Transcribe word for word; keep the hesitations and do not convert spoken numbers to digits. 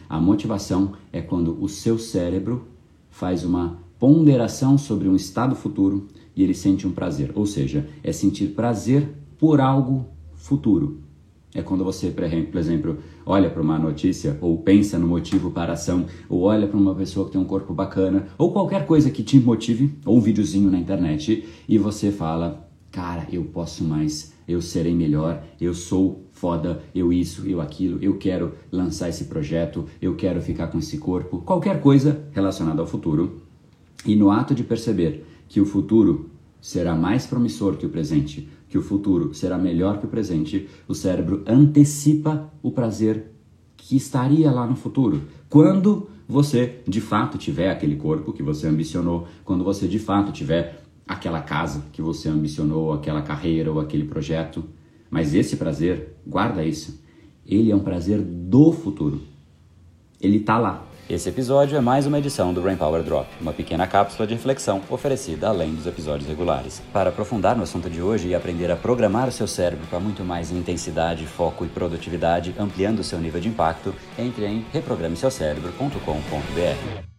A motivação é quando o seu cérebro faz uma ponderação sobre um estado futuro e ele sente um prazer. Ou seja, é sentir prazer por algo futuro. É quando você, por exemplo, olha para uma notícia ou pensa no motivo para a ação, ou olha para uma pessoa que tem um corpo bacana, ou qualquer coisa que te motive, ou um videozinho na internet, e você fala, cara, eu posso mais, eu serei melhor, eu sou foda, eu isso, eu aquilo, eu quero lançar esse projeto, eu quero ficar com esse corpo, qualquer coisa relacionada ao futuro. E no ato de perceber que o futuro será mais promissor que o presente, que o futuro será melhor que o presente, o cérebro antecipa o prazer que estaria lá no futuro. Quando você de fato tiver aquele corpo que você ambicionou, quando você de fato tiver aquela casa que você ambicionou, aquela carreira ou aquele projeto. Mas esse prazer, guarda isso, ele é um prazer do futuro. Ele tá lá. Esse episódio é mais uma edição do Brain Power Drop, uma pequena cápsula de reflexão oferecida além dos episódios regulares. Para aprofundar no assunto de hoje e aprender a programar o seu cérebro para muito mais intensidade, foco e produtividade, ampliando o seu nível de impacto, entre em reprograme seu cérebro ponto com ponto b r.